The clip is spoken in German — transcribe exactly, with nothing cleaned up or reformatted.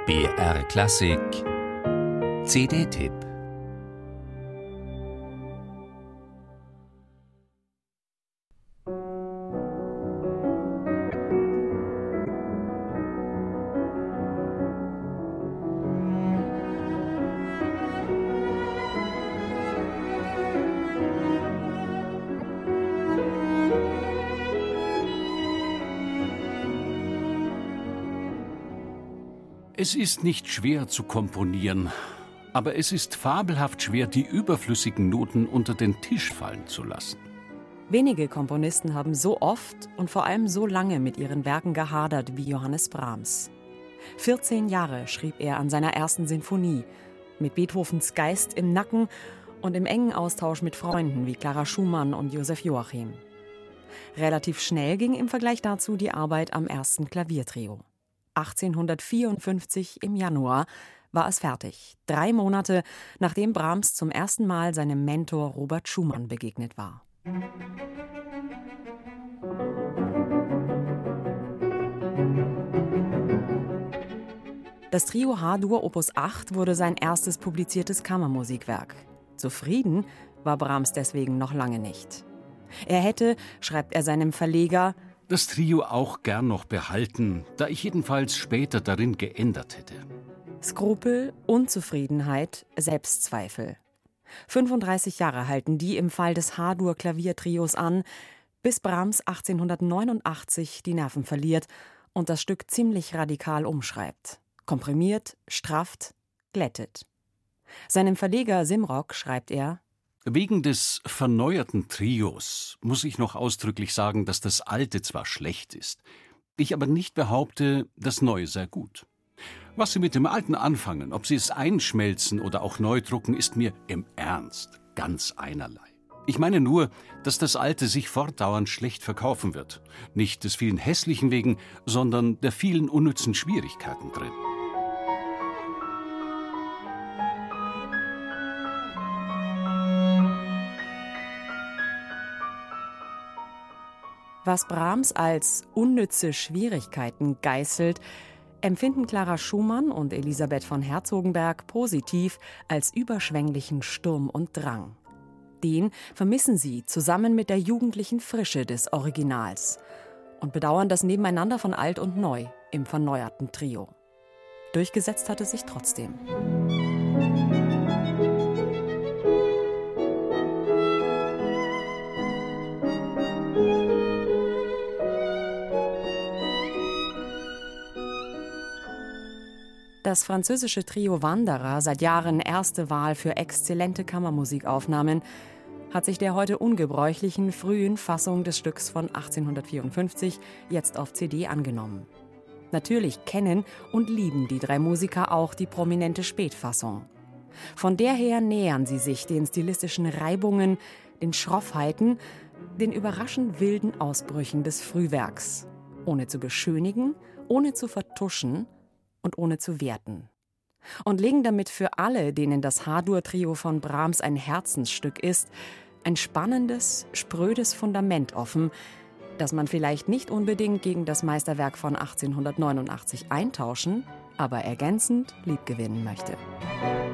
B R Klassik C D-Tipp. Es ist nicht schwer zu komponieren, aber es ist fabelhaft schwer, die überflüssigen Noten unter den Tisch fallen zu lassen. Wenige Komponisten haben so oft und vor allem so lange mit ihren Werken gehadert wie Johannes Brahms. vierzehn Jahre schrieb er an seiner ersten Sinfonie, mit Beethovens Geist im Nacken und im engen Austausch mit Freunden wie Clara Schumann und Joseph Joachim. Relativ schnell ging im Vergleich dazu die Arbeit am ersten Klaviertrio. achtzehnhundertvierundfünfzig im Januar war es fertig, drei Monate nachdem Brahms zum ersten Mal seinem Mentor Robert Schumann begegnet war. Das Trio H-Dur Opus acht wurde sein erstes publiziertes Kammermusikwerk. Zufrieden war Brahms deswegen noch lange nicht. Er hätte, schreibt er seinem Verleger, das Trio auch gern noch behalten, da ich jedenfalls später darin geändert hätte. Skrupel, Unzufriedenheit, Selbstzweifel. fünfunddreißig Jahre halten die im Fall des H-Dur-Klaviertrios an, bis Brahms achtzehnhundertneunundachtzig die Nerven verliert und das Stück ziemlich radikal umschreibt. Komprimiert, strafft, glättet. Seinem Verleger Simrock schreibt er: Wegen des verneuerten Trios muss ich noch ausdrücklich sagen, dass das alte zwar schlecht ist, ich aber nicht behaupte, das neue sei gut. Was Sie mit dem alten anfangen, ob Sie es einschmelzen oder auch neu drucken, ist mir im Ernst ganz einerlei. Ich meine nur, dass das alte sich fortdauernd schlecht verkaufen wird. Nicht des vielen hässlichen wegen, sondern der vielen unnützen Schwierigkeiten drin. Was Brahms als unnütze Schwierigkeiten geißelt, empfinden Clara Schumann und Elisabeth von Herzogenberg positiv als überschwänglichen Sturm und Drang. Den vermissen sie zusammen mit der jugendlichen Frische des Originals und bedauern das Nebeneinander von alt und neu im verneuerten Trio. Durchgesetzt hat es sich trotzdem. Das französische Trio Wanderer, seit Jahren erste Wahl für exzellente Kammermusikaufnahmen, hat sich der heute ungebräuchlichen frühen Fassung des Stücks von achtzehnhundertvierundfünfzig jetzt auf C D angenommen. Natürlich kennen und lieben die drei Musiker auch die prominente Spätfassung. Von der her nähern sie sich den stilistischen Reibungen, den Schroffheiten, den überraschend wilden Ausbrüchen des Frühwerks, ohne zu beschönigen, ohne zu vertuschen und ohne zu werten. Und legen damit für alle, denen das H-Dur-Trio von Brahms ein Herzensstück ist, ein spannendes, sprödes Fundament offen, das man vielleicht nicht unbedingt gegen das Meisterwerk von achtzehnhundertneunundachtzig eintauschen, aber ergänzend liebgewinnen möchte.